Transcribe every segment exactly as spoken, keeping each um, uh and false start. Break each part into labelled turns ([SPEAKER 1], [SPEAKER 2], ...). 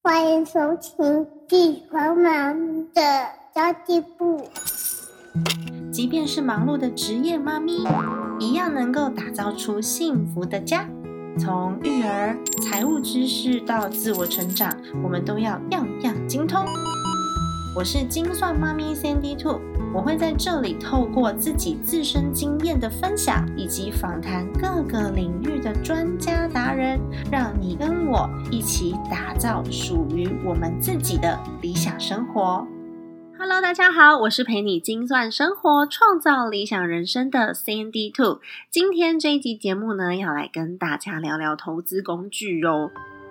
[SPEAKER 1] 欢迎收听地球妈咪的交际部。
[SPEAKER 2] 即便是忙碌的职业妈咪，一样能够打造出幸福的家。从育儿、财务知识到自我成长，我们都要样样精通。我是精算妈咪 Sandy Two， 我会在这里透过自己自身经验的分享，以及访谈各个领域的专家达人，让你跟我一起打造属于我们自己的理想生活。Hello， 大家好，我是陪你精算生活、创造理想人生的 Sandy Two。今天这一集节目呢，要来跟大家聊聊投资工具哦。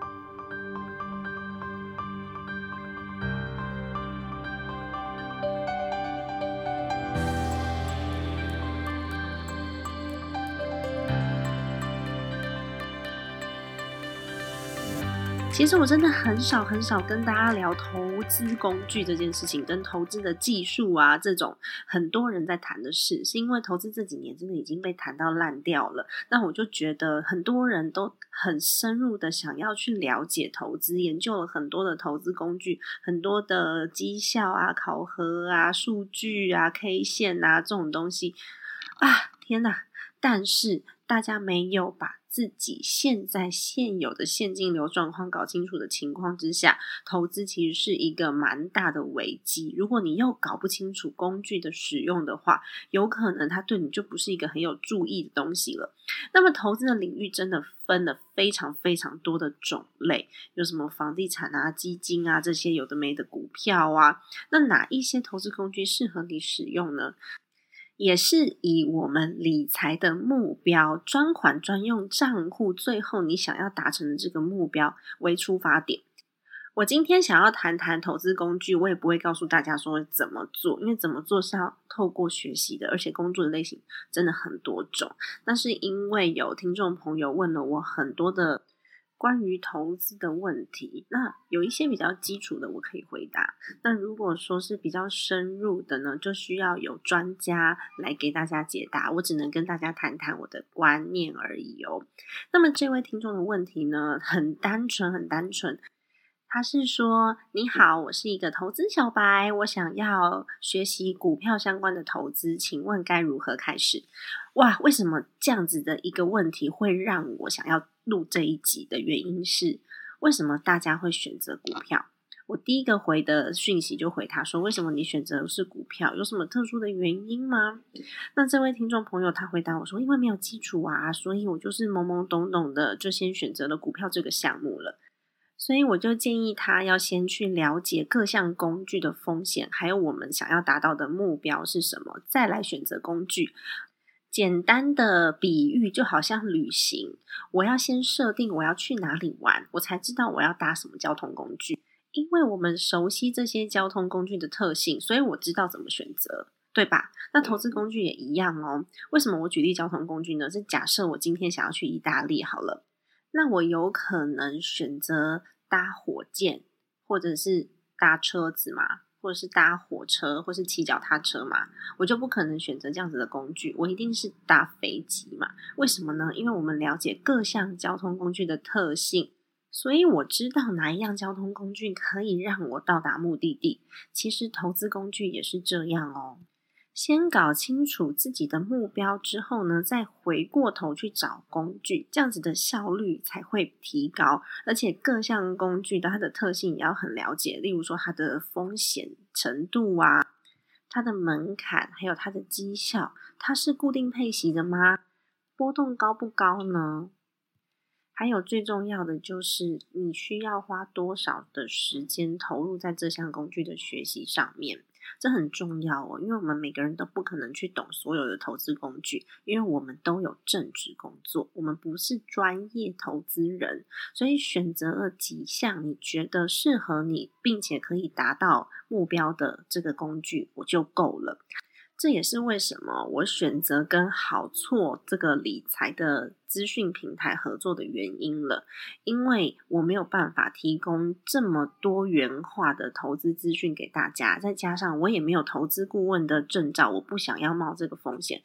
[SPEAKER 2] 其实我真的很少很少跟大家聊投资工具这件事情，跟投资的技术啊这种很多人在谈的事，是因为投资这几年真的已经被谈到烂掉了。那我就觉得很多人都很深入的想要去了解投资，研究了很多的投资工具，很多的绩效啊、考核啊、数据啊、K 线啊这种东西啊，天哪！但是大家没有把自己现在现有的现金流状况搞清楚的情况之下，投资其实是一个蛮大的危机。如果你又搞不清楚工具的使用的话，有可能它对你就不是一个很有注意的东西了。那么投资的领域真的分了非常非常多的种类，有什么房地产啊、基金啊，这些有的没的股票啊，那哪一些投资工具适合你使用呢？也是以我们理财的目标、专款专用账户，最后你想要达成的这个目标为出发点。我今天想要谈谈投资工具，我也不会告诉大家说怎么做，因为怎么做是要透过学习的，而且工作的类型真的很多种。但是因为有听众朋友问了我很多的关于投资的问题，那有一些比较基础的我可以回答，那如果说是比较深入的呢，就需要有专家来给大家解答，我只能跟大家谈谈我的观念而已哦。那么这位听众的问题呢，很单纯很单纯，他是说：你好，我是一个投资小白，我想要学习股票相关的投资，请问该如何开始？哇，为什么这样子的一个问题会让我想要录这一集的原因是，为什么大家会选择股票？我第一个回的讯息就回他说，为什么你选择的是股票？有什么特殊的原因吗？那这位听众朋友他回答我说，因为没有基础啊，所以我就是懵懵懂懂的就先选择了股票这个项目了。所以我就建议他要先去了解各项工具的风险，还有我们想要达到的目标是什么，再来选择工具。简单的比喻就好像旅行，我要先设定我要去哪里玩，我才知道我要搭什么交通工具。因为我们熟悉这些交通工具的特性，所以我知道怎么选择，对吧？那投资工具也一样哦。为什么我举例交通工具呢？是假设我今天想要去意大利好了，那我有可能选择搭火箭，或者是搭车子嘛，或者是搭火车，或是骑脚踏车嘛，我就不可能选择这样子的工具，我一定是搭飞机嘛。为什么呢？因为我们了解各项交通工具的特性，所以我知道哪一样交通工具可以让我到达目的地。其实投资工具也是这样哦。先搞清楚自己的目标之后呢，再回过头去找工具，这样子的效率才会提高。而且各项工具的它的特性也要很了解，例如说它的风险程度啊，它的门槛，还有它的绩效，它是固定配息的吗？波动高不高呢？还有最重要的就是你需要花多少的时间投入在这项工具的学习上面，这很重要哦。因为我们每个人都不可能去懂所有的投资工具，因为我们都有正职工作，我们不是专业投资人，所以选择了几项你觉得适合你并且可以达到目标的这个工具我就够了。这也是为什么我选择跟好错这个理财的资讯平台合作的原因了，因为我没有办法提供这么多元化的投资资讯给大家，再加上我也没有投资顾问的证照，我不想要冒这个风险，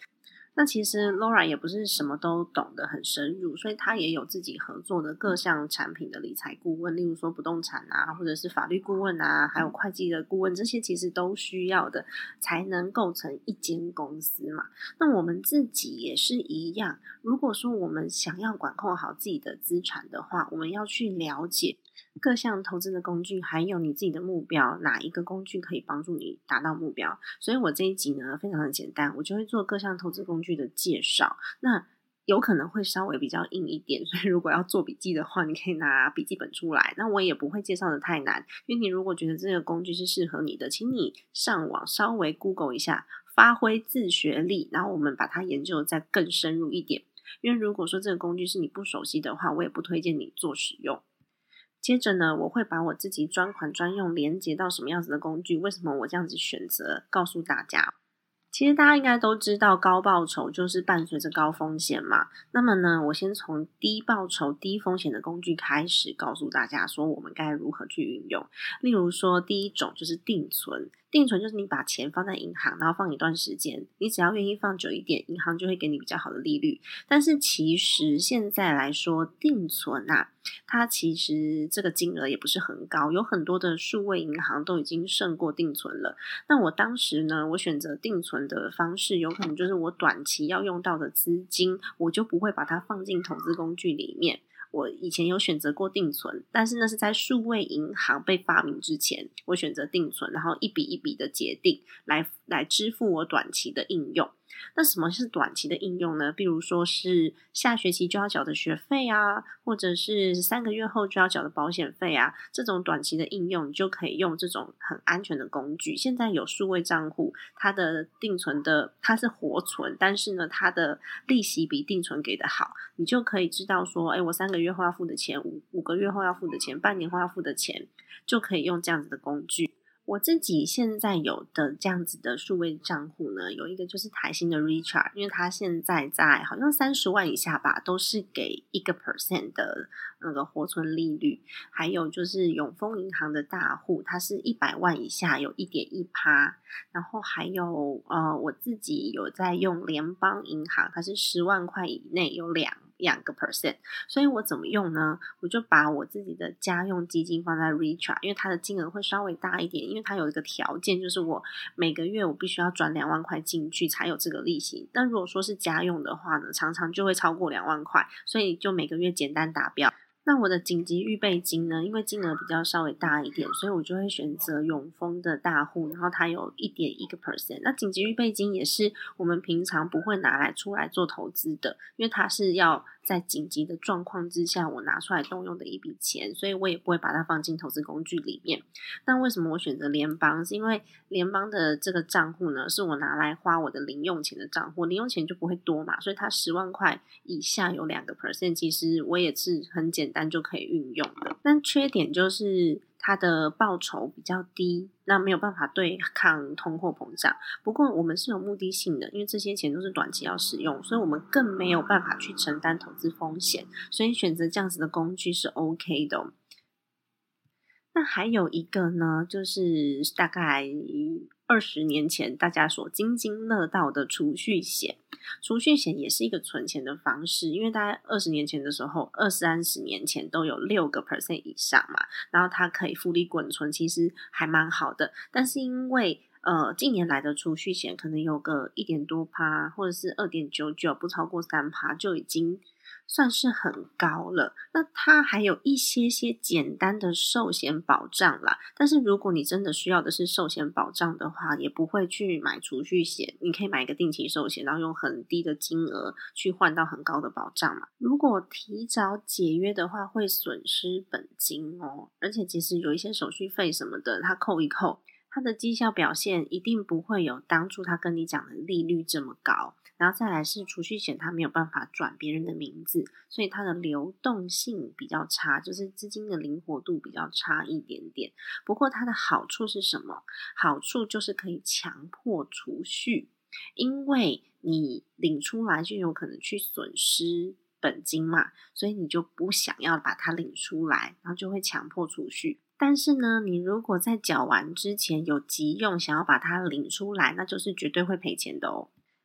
[SPEAKER 2] 那其实 Laura 也不是什么都懂得很深入，所以她也有自己合作的各项产品的理财顾问，例如说不动产啊，或者是法律顾问啊，还有会计的顾问，这些其实都需要的，才能构成一间公司嘛。那我们自己也是一样，如果说我们想要管控好自己的资产的话，我们要去了解各项投资的工具，还有你自己的目标，哪一个工具可以帮助你达到目标。所以我这一集呢非常的简单，我就会做各项投资工具的介绍。那有可能会稍微比较硬一点，所以如果要做笔记的话，你可以拿笔记本出来。那我也不会介绍的太难，因为你如果觉得这个工具是适合你的，请你上网稍微 Google 一下，发挥自学力，然后我们把它研究再更深入一点。因为如果说这个工具是你不熟悉的话，我也不推荐你做使用。接着呢，我会把我自己专款专用连接到什么样子的工具，为什么我这样子选择，告诉大家。其实大家应该都知道，高报酬就是伴随着高风险嘛。那么呢，我先从低报酬低风险的工具开始，告诉大家说我们该如何去运用。例如说，第一种就是定存。定存就是你把钱放在银行，然后放一段时间，你只要愿意放久一点，银行就会给你比较好的利率。但是其实现在来说，定存啊，它其实这个金额也不是很高，有很多的数位银行都已经胜过定存了。那我当时呢，我选择定存的方式，有可能就是我短期要用到的资金，我就不会把它放进投资工具里面。我以前有选择过定存，但是那是在数位银行被发明之前，我选择定存，然后一笔一笔的结定来来支付我短期的应用。那什么是短期的应用呢？比如说是下学期就要缴的学费啊，或者是三个月后就要缴的保险费啊，这种短期的应用你就可以用这种很安全的工具。现在有数位账户，它的定存的它是活存，但是呢它的利息比定存给的好，你就可以知道说，哎，我三个月后要付的钱，五五个月后要付的钱，半年后要付的钱，就可以用这样子的工具。我自己现在有的这样子的数位账户呢，有一个就是台新的 Richard， 因为它现在在好像三十万以下吧，都是给一个 percent 的那个活存利率。还有就是永丰银行的大户，它是一百万以下有 一点一趴。然后还有呃，我自己有在用联邦银行，它是十万块以内有两两个 percent。所以我怎么用呢？我就把我自己的家用基金放在 Richard， 因为它的金额会稍微大一点，因为它有一个条件，就是我每个月我必须要转两万块进去才有这个利息。但如果说是家用的话呢，常常就会超过两万块，所以就每个月简单达标。那我的紧急预备金呢，因为金额比较稍微大一点，所以我就会选择永丰的大户，然后它有 一点一个 percent。 那紧急预备金也是我们平常不会拿来出来做投资的，因为它是要在紧急的状况之下我拿出来动用的一笔钱，所以我也不会把它放进投资工具里面。那为什么我选择联邦？是因为联邦的这个账户呢，是我拿来花我的零用钱的账户，零用钱就不会多嘛，所以它十万块以下有两个 percent， 其实我也是很简单就可以运用的。但缺点就是它的报酬比较低，那没有办法对抗通货膨胀。不过我们是有目的性的，因为这些钱都是短期要使用，所以我们更没有办法去承担投资风险，所以选择这样子的工具是 OK 的哦。那还有一个呢，就是大概二十年前大家所津津乐道的储蓄险。储蓄险也是一个存钱的方式，因为大概二十年前的时候，二三十年前都有六个 percent 以上嘛，然后它可以复利滚存，其实还蛮好的。但是因为呃近年来的储蓄险可能有个一点多趴，或者是二点九九，不超过三趴，就已经算是很高了。那它还有一些些简单的寿险保障啦，但是如果你真的需要的是寿险保障的话，也不会去买储蓄险，你可以买一个定期寿险，然后用很低的金额去换到很高的保障嘛。如果提早解约的话，会损失本金哦，而且其实有一些手续费什么的，它扣一扣，它的绩效表现一定不会有当初他跟你讲的利率这么高。然后再来是储蓄险，它没有办法转别人的名字，所以它的流动性比较差，就是资金的灵活度比较差一点点。不过它的好处是什么？好处就是可以强迫储蓄，因为你领出来就有可能去损失本金嘛，所以你就不想要把它领出来，然后就会强迫储蓄。但是呢，你如果在缴完之前有急用，想要把它领出来，那就是绝对会赔钱的哦。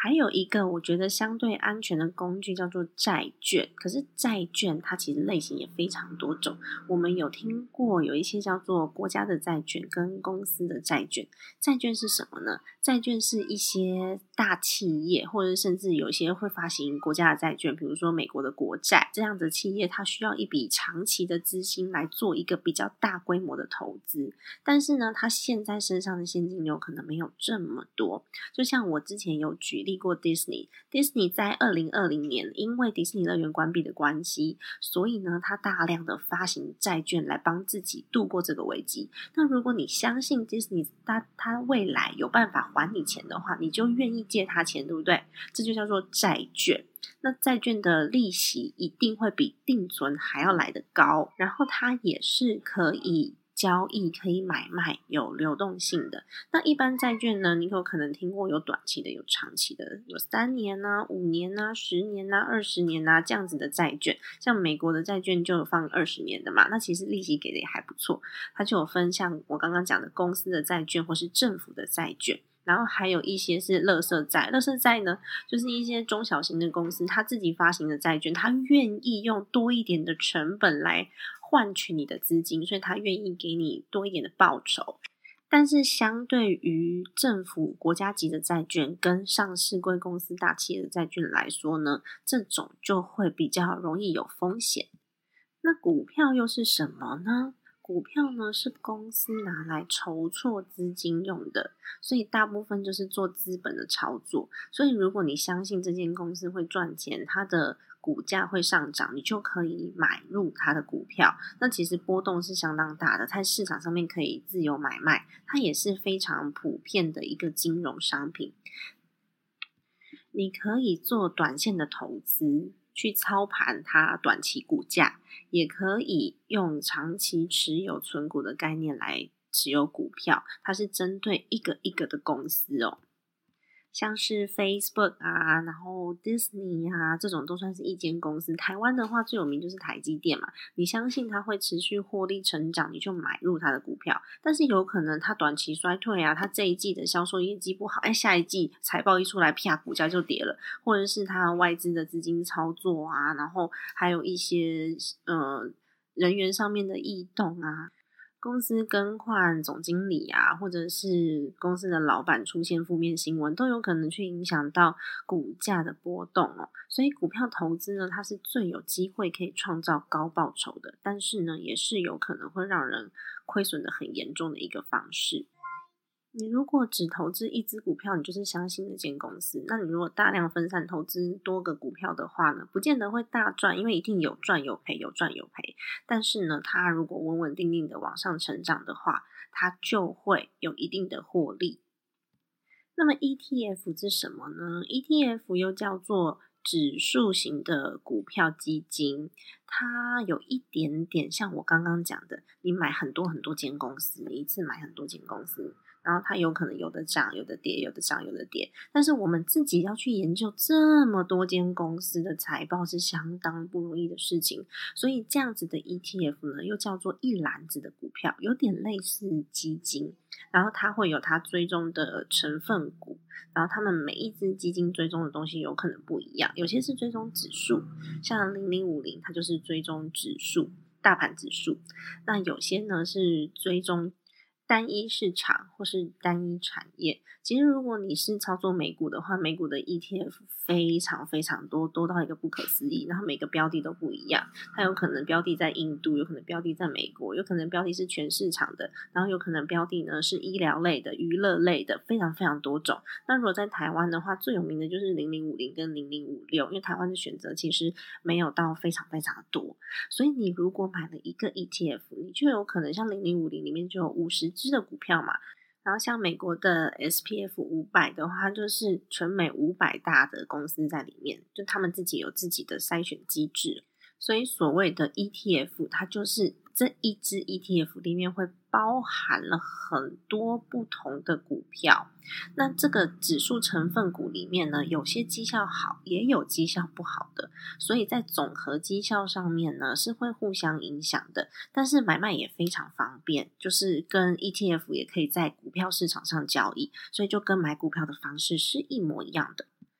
[SPEAKER 2] 还有一个我觉得相对安全的工具叫做债券，可是债券它其实类型也非常多种。我们有听过有一些叫做国家的债券跟公司的债券。债券是什么呢？债券是一些大企业，或者甚至有一些会发行国家的债券，比如说美国的国债，这样的企业它需要一笔长期的资金来做一个比较大规模的投资，但是呢它现在身上的现金流可能没有这么多。就像我之前有举例过 Disney Disney 在二零二零年因为迪士尼乐园关闭的关系，所以呢它大量的发行债券来帮自己度过这个危机。那如果你相信 Disney 它它未来有办法还你钱的话，你就愿意借他钱，对不对？这就叫做债券。那债券的利息一定会比定存还要来得高，然后它也是可以交易，可以买卖，有流动性的。那一般债券呢，你有可能听过有短期的，有长期的，有三年啊、五年啊、十年啊、二十年啊这样子的债券。像美国的债券就有放二十年的嘛，那其实利息给的也还不错。它就有分像我刚刚讲的公司的债券或是政府的债券。然后还有一些是垃圾债，垃圾债呢，就是一些中小型的公司，它自己发行的债券，它愿意用多一点的成本来换取你的资金，所以它愿意给你多一点的报酬。但是相对于政府国家级的债券跟上市贵公司大企业的债券来说呢，这种就会比较容易有风险。那股票又是什么呢？股票呢是公司拿来筹措资金用的，所以大部分就是做资本的操作。所以如果你相信这间公司会赚钱，它的股价会上涨，你就可以买入它的股票。那其实波动是相当大的，在市场上面可以自由买卖，它也是非常普遍的一个金融商品。你可以做短线的投资，去操盘它短期股价，也可以用长期持有存股的概念来持有股票，它是针对一个一个的公司哦。像是 Facebook 啊，然后 Disney 啊，这种都算是一间公司。台湾的话最有名就是台积电嘛，你相信它会持续获利成长，你就买入它的股票。但是有可能它短期衰退啊，它这一季的销售业绩不好，哎，下一季财报一出来，啪，股价就跌了。或者是它外资的资金操作啊，然后还有一些呃人员上面的异动啊，公司更换总经理啊，或者是公司的老板出现负面新闻，都有可能去影响到股价的波动哦。所以股票投资呢，它是最有机会可以创造高报酬的，但是呢，也是有可能会让人亏损的很严重的一个方式。你如果只投资一只股票，你就是相信那间公司。那你如果大量分散投资多个股票的话呢，不见得会大赚，因为一定有赚有赔，有赚有赔。但是呢，它如果稳稳定定的往上成长的话，它就会有一定的获利。那么 E T F 是什么呢？ E T F 又叫做指数型的股票基金，它有一点点像我刚刚讲的，你买很多很多间公司，你一次买很多间公司，然后它有可能有的涨有的跌，有的涨有的跌，但是我们自己要去研究这么多间公司的财报是相当不容易的事情，所以这样子的 E T F 呢，又叫做一篮子的股票，有点类似基金，然后它会有它追踪的成分股，然后他们每一支基金追踪的东西有可能不一样，有些是追踪指数，像零零五零它就是追踪指数，大盘指数，那有些呢是追踪单一市场或是单一产业。其实如果你是操作美股的话，美股的 E T F 非常非常多，多到一个不可思议，然后每个标的都不一样，它有可能标的在印度，有可能标的在美国，有可能标的是全市场的，然后有可能标的呢是医疗类的、娱乐类的，非常非常多种。那如果在台湾的话，最有名的就是零零五零跟零零五六，因为台湾的选择其实没有到非常非常的多，所以你如果买了一个 E T F， 你就有可能像零零五零里面就有五十只的股票嘛，然后像美国的 S P F 五百 的话，它就是全美五百大的公司在里面，就他们自己有自己的筛选机制，所以所谓的 E T F 它就是这一支 E T F 里面会包含了很多不同的股票，那这个指数成分股里面呢，有些绩效好，也有绩效不好的，所以在总和绩效上面呢是会互相影响的，但是买卖也非常方便，就是跟 E T F 也可以在股票市场上交易，所以就跟买股票的方式是一模一样的。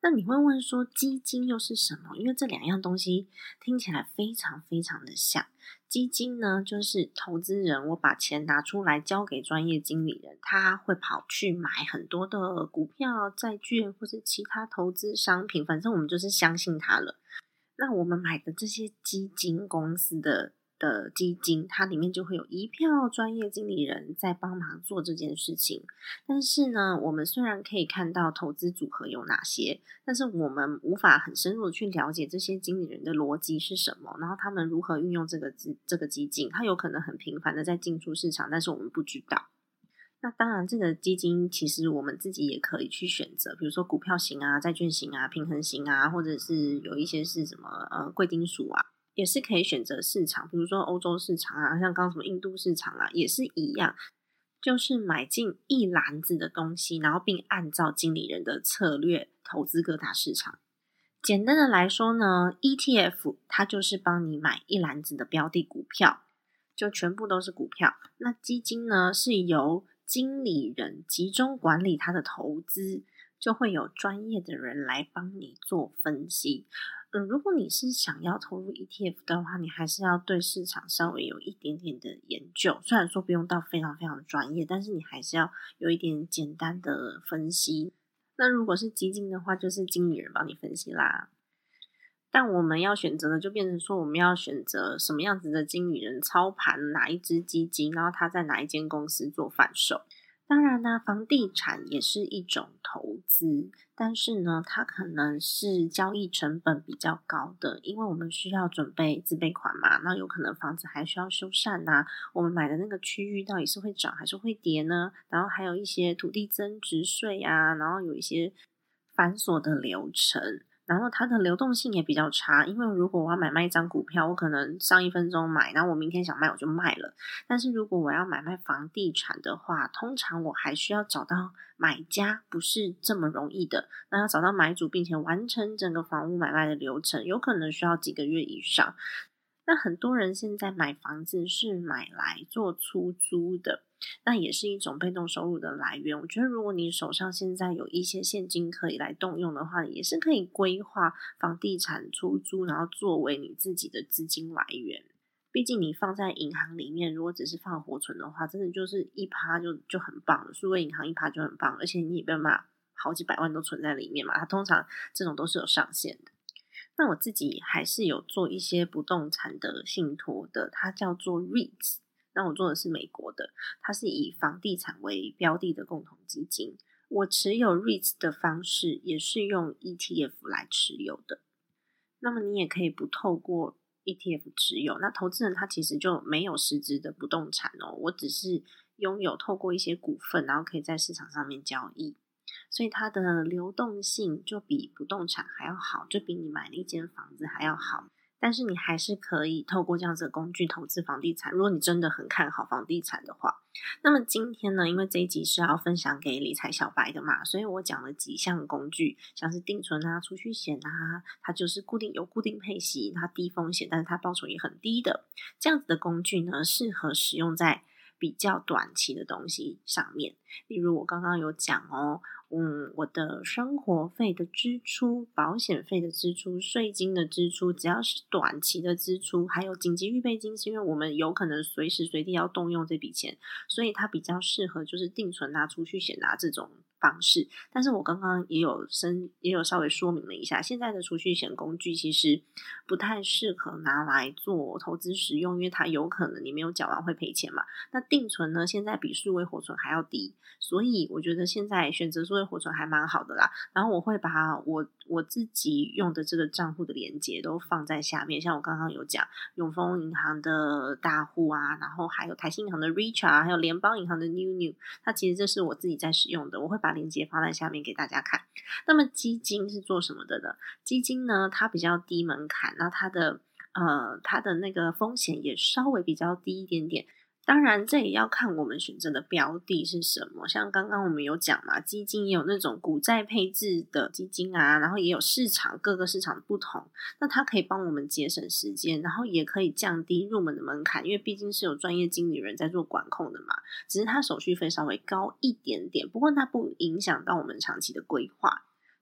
[SPEAKER 2] 那你会问说基金又是什么？因为这两样东西听起来非常非常的像。基金呢，就是投资人我把钱拿出来交给专业经理人，他会跑去买很多的股票、债券或是其他投资商品，反正我们就是相信他了。那我们买的这些基金公司的的基金，它里面就会有一票专业经理人在帮忙做这件事情。但是呢，我们虽然可以看到投资组合有哪些，但是我们无法很深入的去了解这些经理人的逻辑是什么，然后他们如何运用这个这个基金。它有可能很频繁的在进出市场，但是我们不知道。那当然这个基金其实我们自己也可以去选择，比如说股票型啊、债券型啊、平衡型啊，或者是有一些是什么呃贵金属啊，也是可以选择市场，比如说欧洲市场啊，像刚刚什么印度市场啊，也是一样，就是买进一篮子的东西，然后并按照经理人的策略投资各大市场。简单的来说呢 E T F 它就是帮你买一篮子的标的股票，就全部都是股票。那基金呢是由经理人集中管理他的投资，就会有专业的人来帮你做分析。嗯，如果你是想要投入 E T F 的话，你还是要对市场稍微有一点点的研究，虽然说不用到非常非常专业，但是你还是要有一点简单的分析。那如果是基金的话，就是经理人帮你分析啦。但我们要选择的就变成说，我们要选择什么样子的经理人操盘哪一支基金，然后他在哪一间公司做贩售。当然呢，房地产也是一种投资，但是呢，它可能是交易成本比较高的，因为我们需要准备自备款嘛，那有可能房子还需要修缮啊，我们买的那个区域到底是会涨还是会跌呢？然后还有一些土地增值税啊，然后有一些繁琐的流程。然后它的流动性也比较差，因为如果我要买卖一张股票，我可能上一分钟买，然后我明天想卖我就卖了。但是如果我要买卖房地产的话，通常我还需要找到买家，不是这么容易的。那要找到买主并且完成整个房屋买卖的流程，有可能需要几个月以上。那很多人现在买房子是买来做出租的，那也是一种被动收入的来源。我觉得如果你手上现在有一些现金可以来动用的话，也是可以规划房地产出租，然后作为你自己的资金来源。毕竟你放在银行里面，如果只是放活存的话，真的就是一趴就就很棒了，数位银行一趴就很棒，而且你也没办法好几百万都存在里面嘛，它通常这种都是有上限的。那我自己还是有做一些不动产的信托的，它叫做 REITs。那我做的是美国的，它是以房地产为标的的共同基金。我持有 REITs 的方式也是用 E T F 来持有的。那么你也可以不透过 E T F 持有，那投资人他其实就没有实质的不动产哦，我只是拥有透过一些股份，然后可以在市场上面交易。所以它的流动性就比不动产还要好，就比你买了一间房子还要好。但是你还是可以透过这样子的工具投资房地产，如果你真的很看好房地产的话。那么今天呢，因为这一集是要分享给理财小白的嘛，所以我讲了几项工具，像是定存啊、储蓄险啊，它就是固定有固定配息，它低风险，但是它报酬也很低的。这样子的工具呢，适合使用在比较短期的东西上面。例如我刚刚有讲哦，嗯，我的生活费的支出、保险费的支出、税金的支出，只要是短期的支出，还有紧急预备金，是因为我们有可能随时随地要动用这笔钱，所以它比较适合就是定存啊、储蓄险啊这种方式。但是我刚刚也有深也有稍微说明了一下，现在的储蓄险工具其实不太适合拿来做投资使用，因为它有可能你没有缴完会赔钱嘛。那定存呢，现在比数位活存还要低，所以我觉得现在选择数位活存还蛮好的啦。然后我会把我我自己用的这个账户的连结都放在下面，像我刚刚有讲永丰银行的大户啊，然后还有台新银行的 Richa 啊，还有联邦银行的 New New， 它其实这是我自己在使用的，我会把连结放在下面给大家看。那么基金是做什么的呢？基金呢，它比较低门槛，那它的呃它的那个风险也稍微比较低一点点。当然这也要看我们选择的标的是什么，像刚刚我们有讲嘛，基金也有那种股债配置的基金啊，然后也有市场各个市场的不同，那它可以帮我们节省时间，然后也可以降低入门的门槛，因为毕竟是有专业经理人在做管控的嘛，只是它手续费稍微高一点点，不过它不影响到我们长期的规划。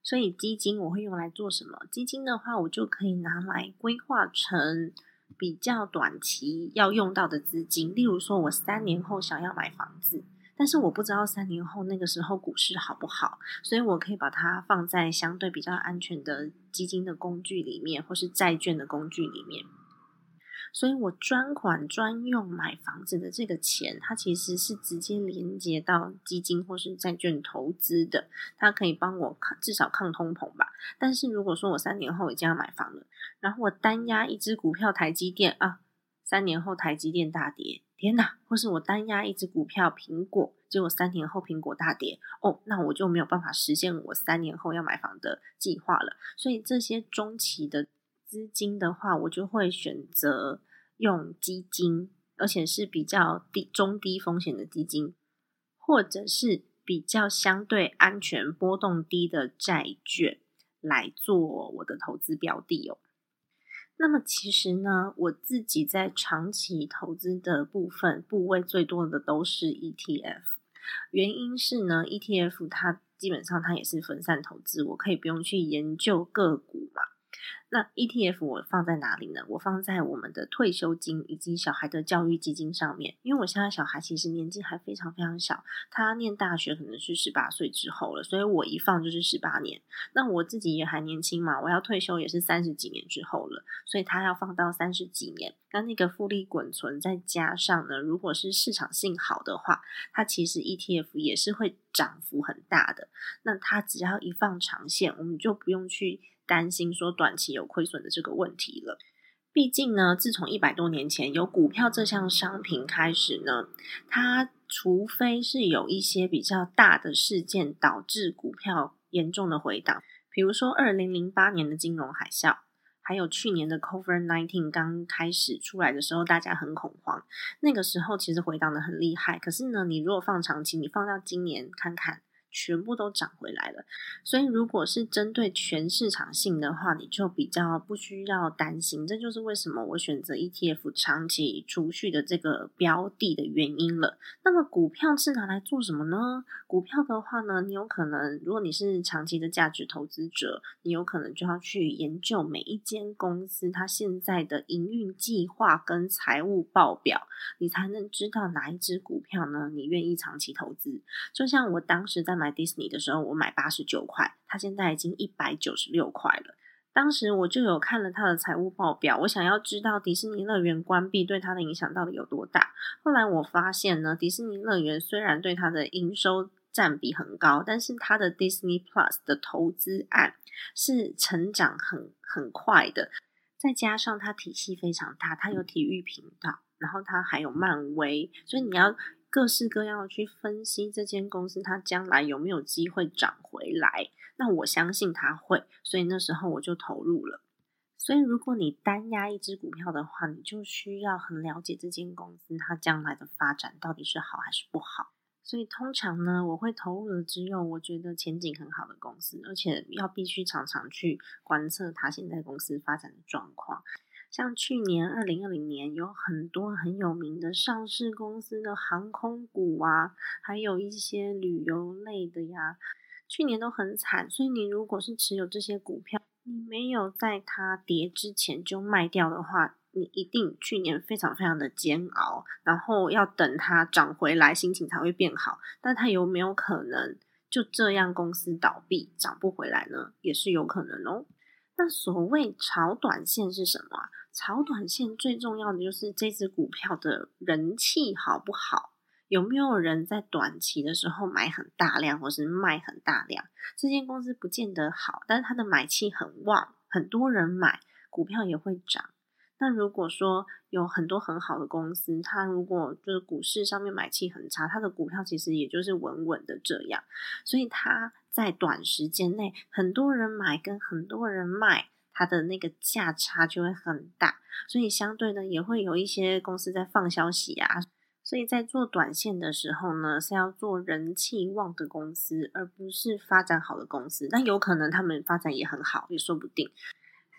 [SPEAKER 2] 所以基金我会用来做什么？基金的话，我就可以拿来规划成比较短期要用到的资金。例如说我三年后想要买房子，但是我不知道三年后那个时候股市好不好，所以我可以把它放在相对比较安全的基金的工具里面，或是债券的工具里面。所以我专款专用买房子的这个钱，它其实是直接连接到基金或是债券投资的，它可以帮我至少抗通膨吧。但是如果说我三年后已经要买房了，然后我单押一只股票台积电啊，三年后台积电大跌，天哪！或是我单押一只股票苹果，结果三年后苹果大跌，哦，那我就没有办法实现我三年后要买房的计划了。所以这些中期的资金的话，我就会选择用基金，而且是比较低中低风险的基金，或者是比较相对安全波动低的债券来做我的投资标的哦。那么其实呢，我自己在长期投资的部分部位最多的都是 E T F， 原因是呢 E T F 它基本上它也是分散投资，我可以不用去研究个股嘛。那 E T F 我放在哪里呢？我放在我们的退休金以及小孩的教育基金上面，因为我现在小孩其实年纪还非常非常小，他念大学可能是十八岁之后了，所以我一放就是十八年。那我自己也还年轻嘛，我要退休也是三十几年之后了，所以他要放到三十几年。那那个复利滚存再加上呢，如果是市场性好的话，它其实 E T F 也是会涨幅很大的。那它只要一放长线，我们就不用去担心说短期有亏损的这个问题了。毕竟呢，自从一百多年前有股票这项商品开始呢，它除非是有一些比较大的事件导致股票严重的回档，比如说二零零八年的金融海啸，还有去年的 COVID 十九 刚开始出来的时候，大家很恐慌，那个时候其实回档的很厉害，可是呢，你如果放长期，你放到今年看看，全部都涨回来了。所以如果是针对全市场性的话，你就比较不需要担心，这就是为什么我选择 E T F 长期储蓄的这个标的的原因了。那么股票是拿来做什么呢？股票的话呢，你有可能如果你是长期的价值投资者，你有可能就要去研究每一间公司它现在的营运计划跟财务报表，你才能知道哪一只股票呢你愿意长期投资。就像我当时在买 Disney 的时候，我买八十九块，它现在已经一百九十六块了。当时我就有看了它的财务报表，我想要知道迪士尼乐园关闭对它的影响到底有多大。后来我发现呢，迪士尼乐园虽然对它的营收占比很高，但是它的 Disney Plus 的投资案是成长很很快的，再加上它体系非常大，它有体育频道，然后它还有漫威，所以你要各式各样的去分析这间公司它将来有没有机会涨回来。那我相信它会，所以那时候我就投入了。所以如果你单押一只股票的话，你就需要很了解这间公司它将来的发展到底是好还是不好。所以通常呢，我会投入的只有我觉得前景很好的公司，而且要必须常常去观测它现在公司发展的状况。像去年二零二零年有很多很有名的上市公司的航空股啊，还有一些旅游类的呀，去年都很惨。所以你如果是持有这些股票，你没有在它跌之前就卖掉的话，你一定去年非常非常的煎熬，然后要等它涨回来心情才会变好。但它有没有可能就这样公司倒闭涨不回来呢？也是有可能哦。那所谓炒短线是什么啊？炒短线最重要的就是这只股票的人气好不好，有没有人在短期的时候买很大量或是卖很大量。这间公司不见得好，但是它的买气很旺，很多人买，股票也会涨。那如果说有很多很好的公司，它如果就是股市上面买气很差，它的股票其实也就是稳稳的这样。所以它在短时间内很多人买跟很多人卖，它的那个价差就会很大，所以相对的也会有一些公司在放消息啊。所以在做短线的时候呢，是要做人气旺的公司，而不是发展好的公司。但有可能他们发展也很好，也说不定。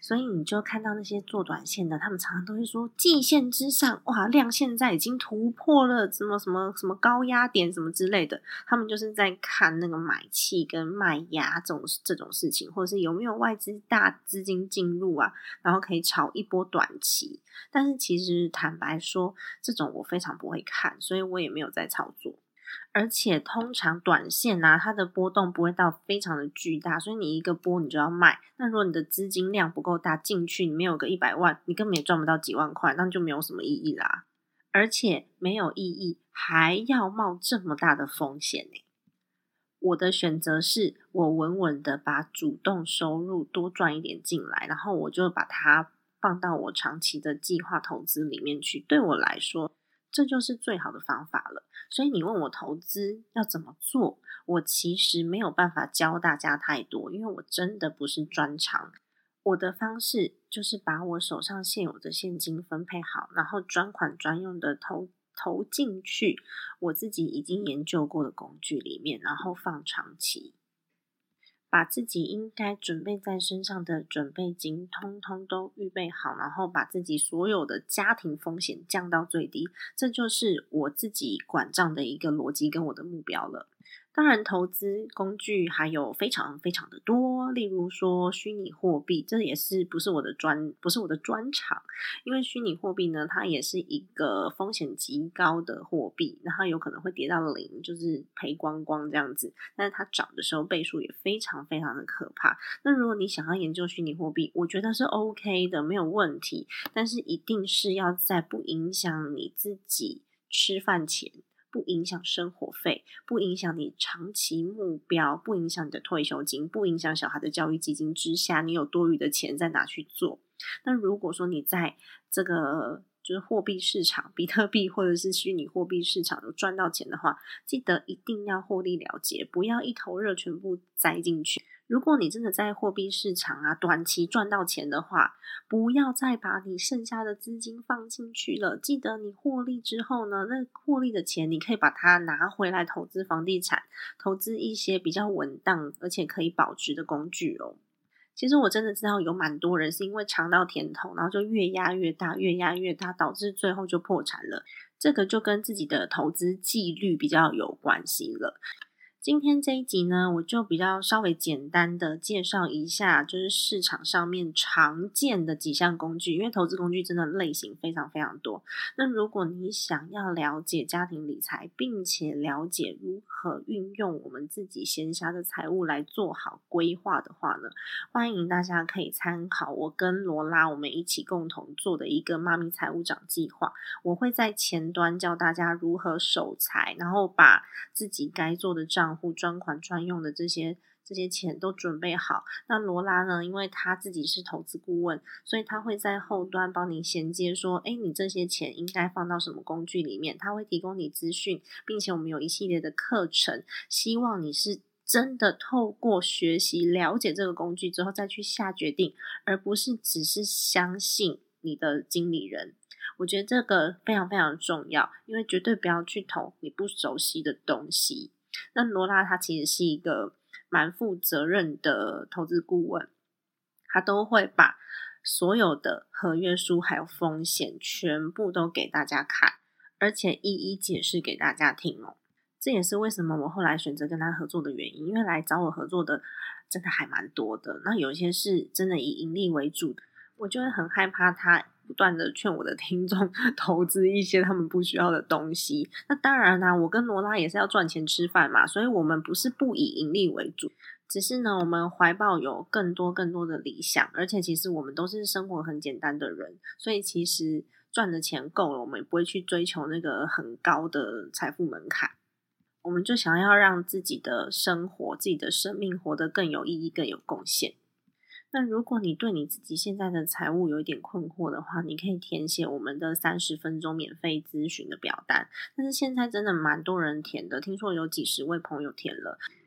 [SPEAKER 2] 所以你就看到那些做短线的，他们常常都会说季线之上，哇，量现在已经突破了什么什么什么高压点什么之类的，他们就是在看那个买气跟卖压这种这种事情，或者是有没有外资大资金进入啊，然后可以炒一波短期。但是其实坦白说，这种我非常不会看，所以我也没有在操作。而且通常短线啊，它的波动不会到非常的巨大，所以你一个波你就要卖。那如果你的资金量不够大，进去你没有个一百万，你根本也赚不到几万块，那就没有什么意义啦。而且没有意义，还要冒这么大的风险呢。我的选择是我稳稳的把主动收入多赚一点进来，然后我就把它放到我长期的计划投资里面去。对我来说，这就是最好的方法了。所以你问我投资要怎么做，我其实没有办法教大家太多，因为我真的不是专长。我的方式就是把我手上现有的现金分配好，然后专款专用的投投进去我自己已经研究过的工具里面，然后放长期。把自己应该准备在身上的准备金通通都预备好，然后把自己所有的家庭风险降到最低，这就是我自己管账的一个逻辑跟我的目标了。当然投资工具还有非常非常的多，例如说虚拟货币，这也是不是我的专不是我的专长，因为虚拟货币呢，它也是一个风险极高的货币，然后有可能会跌到零，就是赔光光这样子，但是它涨的时候倍数也非常非常的可怕。那如果你想要研究虚拟货币，我觉得是 OK 的，没有问题，但是一定是要在不影响你自己吃饭钱，不影响生活费，不影响你长期目标，不影响你的退休金，不影响小孩的教育基金之下，你有多余的钱再拿去做。那如果说你在这个就是货币市场，比特币或者是虚拟货币市场有赚到钱的话，记得一定要获利了结，不要一头热全部栽进去。如果你真的在货币市场啊短期赚到钱的话，不要再把你剩下的资金放进去了。记得你获利之后呢，那获利的钱你可以把它拿回来投资房地产，投资一些比较稳当而且可以保值的工具哦。其实我真的知道有蛮多人是因为尝到甜头，然后就越压越大越压越大，导致最后就破产了。这个就跟自己的投资纪律比较有关系了。今天这一集呢，我就比较稍微简单的介绍一下，就是市场上面常见的几项工具，因为投资工具真的类型非常非常多。那如果你想要了解家庭理财，并且了解如何运用我们自己闲暇的财务来做好规划的话呢，欢迎大家可以参考我跟罗拉我们一起共同做的一个妈咪财务长计划。我会在前端教大家如何守财，然后把自己该做的账户专款专用的这些这些钱都准备好。那罗拉呢，因为他自己是投资顾问，所以他会在后端帮你衔接说，诶，你这些钱应该放到什么工具里面，他会提供你资讯，并且我们有一系列的课程，希望你是真的透过学习了解这个工具之后再去下决定，而不是只是相信你的经理人。我觉得这个非常非常重要，因为绝对不要去投你不熟悉的东西。那罗拉她其实是一个蛮负责任的投资顾问，她都会把所有的合约书还有风险全部都给大家看，而且一一解释给大家听哦。这也是为什么我后来选择跟他合作的原因，因为来找我合作的真的还蛮多的，那有些是真的以盈利为主的，我就会很害怕他不断的劝我的听众投资一些他们不需要的东西。那当然啦，我跟罗拉也是要赚钱吃饭嘛，所以我们不是不以盈利为主，只是呢我们怀抱有更多更多的理想，而且其实我们都是生活很简单的人，所以其实赚的钱够了，我们也不会去追求那个很高的财富门槛，我们就想要让自己的生活自己的生命活得更有意义更有贡献。那如果你对你自己现在的财务有一点困惑的话，你可以填写我们的三十分钟免费咨询的表单，但是现在真的蛮多人填的，听说有几十位朋友填了。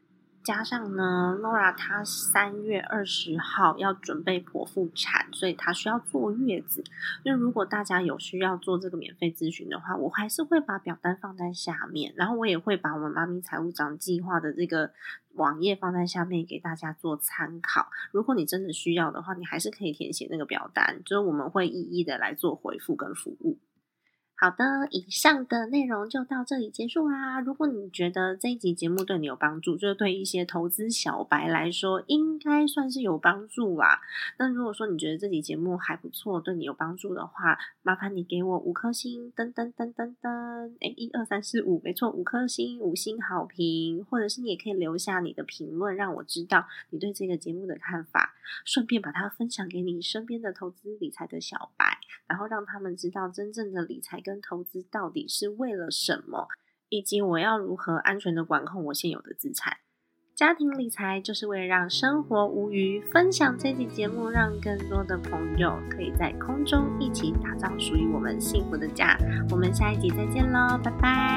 [SPEAKER 2] 加上呢 Nora 她三月二十号要准备剖腹产，所以她需要坐月子。那如果大家有需要做这个免费咨询的话，我还是会把表单放在下面，然后我也会把我们妈咪财务长计划的这个网页放在下面给大家做参考。如果你真的需要的话，你还是可以填写那个表单，就是我们会一一的来做回复跟服务。好的，以上的内容就到这里结束啦。如果你觉得这一集节目对你有帮助，就是对一些投资小白来说应该算是有帮助啦。那如果说你觉得这集节目还不错，对你有帮助的话，麻烦你给我五颗星，噔噔噔噔噔，诶一二三四五，没错，五颗星，五星好评，或者是你也可以留下你的评论，让我知道你对这个节目的看法，顺便把它分享给你身边的投资理财的小白，然后让他们知道真正的理财跟投资到底是为了什么，以及我要如何安全的管控我现有的资产。家庭理财就是为了让生活无虞，分享这集节目，让更多的朋友可以在空中一起打造属于我们幸福的家。我们下一集再见咯，拜拜。